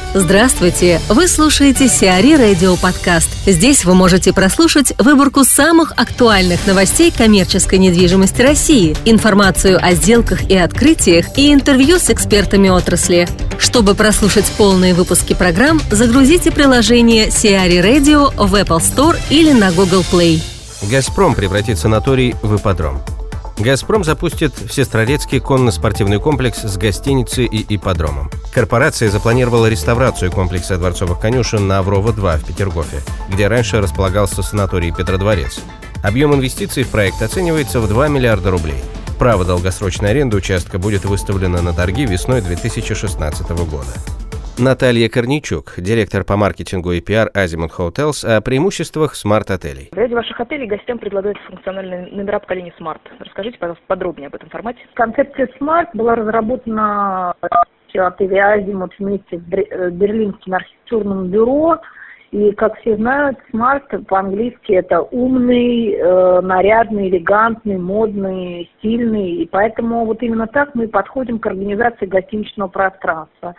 Здравствуйте! Вы слушаете Сиари Радио Подкаст. Здесь вы можете прослушать выборку самых актуальных новостей коммерческой недвижимости России, информацию о сделках и открытиях и интервью с экспертами отрасли. Чтобы прослушать полные выпуски программ, загрузите приложение Сиари Radio в Apple Store или на Google Play. «Газпром» превратит санаторий в ипподром. «Газпром» запустит всестрорецкий конно-спортивный комплекс с гостиницей и ипподромом. Корпорация запланировала реставрацию комплекса дворцовых конюшен на Аврова-2 в Петергофе, где раньше располагался санаторий «Петродворец». Объем инвестиций в проект оценивается в 2 миллиарда рублей. Право долгосрочной аренды участка будет выставлено на торги весной 2016 года. Наталья Корнейчук, директор по маркетингу и пиар Azimut Hotels, о преимуществах смарт-отелей. В ряде ваших отелей гостям предлагаются функциональные номера поколения Smart. Расскажите, пожалуйста, подробнее об этом формате. Концепция Smart была разработана отелем Azimut вместе с Берлинским архитектурным бюро. И, как все знают, Smart по-английски это умный, нарядный, элегантный, модный, стильный. И поэтому вот именно так мы подходим к организации гостиничного пространства.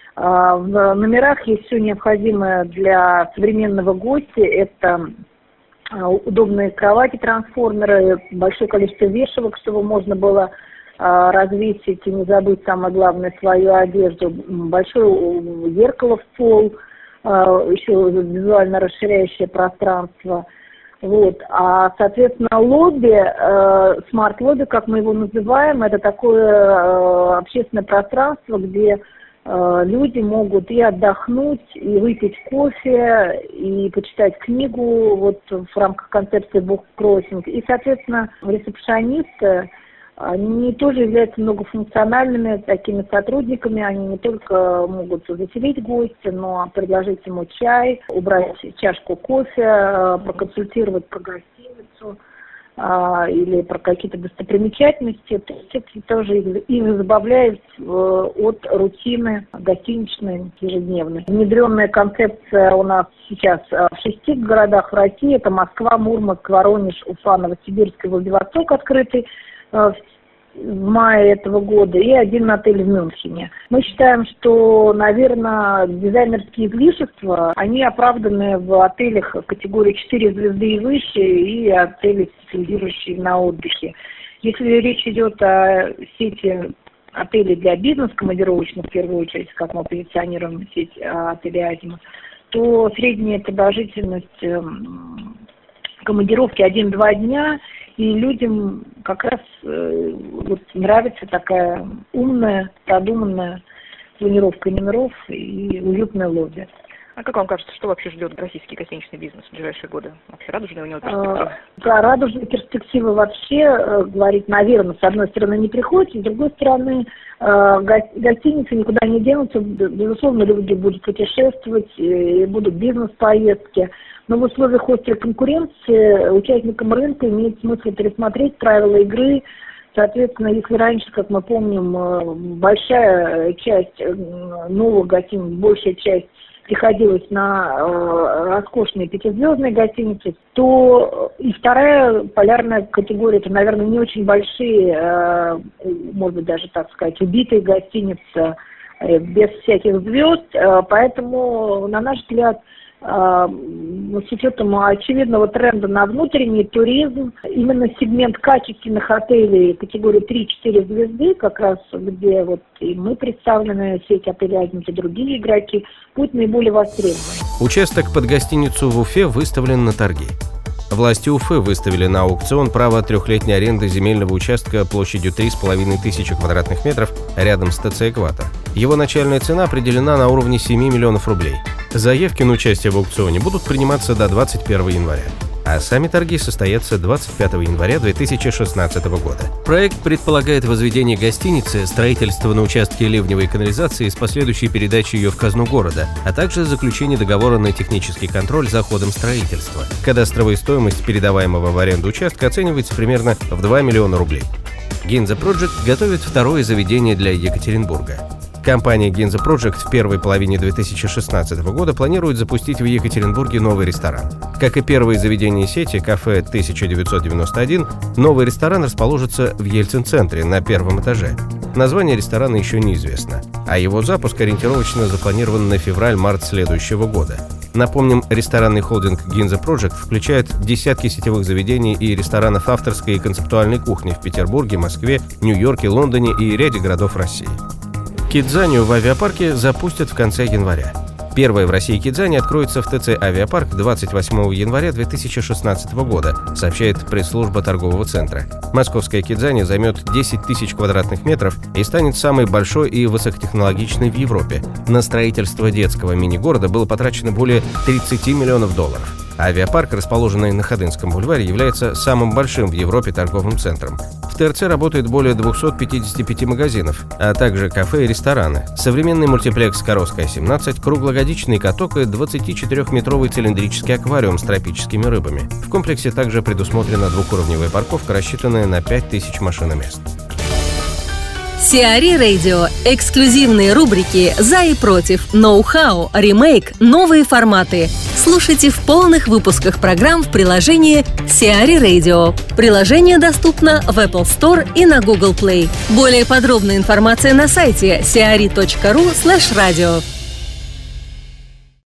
В номерах есть все необходимое для современного гостя. Это удобные кровати, трансформеры, большое количество вешалок, чтобы можно было развесить и не забыть, самое главное, свою одежду. Большое зеркало в пол, еще визуально расширяющее пространство. Вот. А, соответственно, лобби, смарт-лобби, как мы его называем, это такое общественное пространство, где люди могут и отдохнуть, и выпить кофе, и почитать книгу вот в рамках концепции буккроссинг. И, соответственно, ресепшионисты, они тоже являются многофункциональными такими сотрудниками. Они не только могут заселить гостя, но предложить ему чай, убрать чашку кофе, проконсультировать по гостиницу или про какие-то достопримечательности. То есть это тоже их забавляет от рутины гостиничной ежедневной. Внедренная концепция у нас сейчас в 6 городах в России. Это Москва, Мурманск, Воронеж, Уфа, Новосибирск и Владивосток открытый в мае этого года, и один отель в Мюнхене. Мы считаем, что, наверное, дизайнерские излишества, они оправданы в отелях категории 4 звезды и выше, и отели, специализирующие на отдыхе. Если речь идет о сети отелей для бизнес-командировочных, в первую очередь, как мы позиционируем сеть отелей Азимут, то средняя продолжительность командировки 1-2 дня, и людям как раз вот нравится такая умная, продуманная планировка номеров и уютное лобби. А как вам кажется, что вообще ждет российский гостиничный бизнес в ближайшие годы? Вообще радужные у него перспективы? Да, радужные перспективы вообще, говорить, наверное, с одной стороны не приходится, с другой стороны, гостиницы никуда не денутся, безусловно, люди будут путешествовать, и будут бизнес-поездки. Но в условиях острой конкуренции участникам рынка имеет смысл пересмотреть правила игры. Соответственно, если раньше, как мы помним, большая часть новых гостиниц, большая часть приходилась на роскошные пятизвездные гостиницы, то и вторая полярная категория, это, наверное, не очень большие, может быть, даже, так сказать, убитые гостиницы без всяких звезд. Поэтому, на наш взгляд, с учетом очевидного тренда на внутренний туризм, именно сегмент качественных отелей категории 3-4 звезды, как раз где вот и мы представлены, сеть отелей Азимут и другие игроки, будет наиболее востребован. Участок под гостиницу в Уфе выставлен на торги. Власти Уфы выставили на аукцион право 3-летней аренды земельного участка площадью 3500 квадратных метров рядом с ТЦ «Экватор». Его начальная цена определена на уровне 7 миллионов рублей. Заявки на участие в аукционе будут приниматься до 21 января. А сами торги состоятся 25 января 2016 года. Проект предполагает возведение гостиницы, строительство на участке ливневой канализации с последующей передачей ее в казну города, а также заключение договора на технический контроль за ходом строительства. Кадастровая стоимость передаваемого в аренду участка оценивается примерно в 2 миллиона рублей. Ginza Project готовит второе заведение для Екатеринбурга. Компания Ginza Project в первой половине 2016 года планирует запустить в Екатеринбурге новый ресторан. Как и первые заведения сети, кафе 1991, новый ресторан расположится в Ельцин-центре на первом этаже. Название ресторана еще неизвестно, а его запуск ориентировочно запланирован на февраль-март следующего года. Напомним, ресторанный холдинг Ginza Project включает десятки сетевых заведений и ресторанов авторской и концептуальной кухни в Петербурге, Москве, Нью-Йорке, Лондоне и ряде городов России. Кидзанию в авиапарке запустят в конце января. Первая в России Кидзани откроется в ТЦ «Авиапарк» 28 января 2016 года, сообщает пресс-служба торгового центра. Московская Кидзани займет 10 тысяч квадратных метров и станет самой большой и высокотехнологичной в Европе. На строительство детского мини-города было потрачено более 30 миллионов долларов. Авиапарк, расположенный на Ходынском бульваре, является самым большим в Европе торговым центром. В ТРЦ работает более 255 магазинов, а также кафе и рестораны, современный мультиплекс «Коровская-17», круглогодичный каток и 24-метровый цилиндрический аквариум с тропическими рыбами. В комплексе также предусмотрена двухуровневая парковка, рассчитанная на 5000 машиномест. Сиари Radio. Эксклюзивные рубрики «За и против», «Ноу-хау», «Ремейк», «Новые форматы». Слушайте в полных выпусках программ в приложении Сиари Radio. Приложение доступно в Apple Store и на Google Play. Более подробная информация на сайте siari.ru/radio.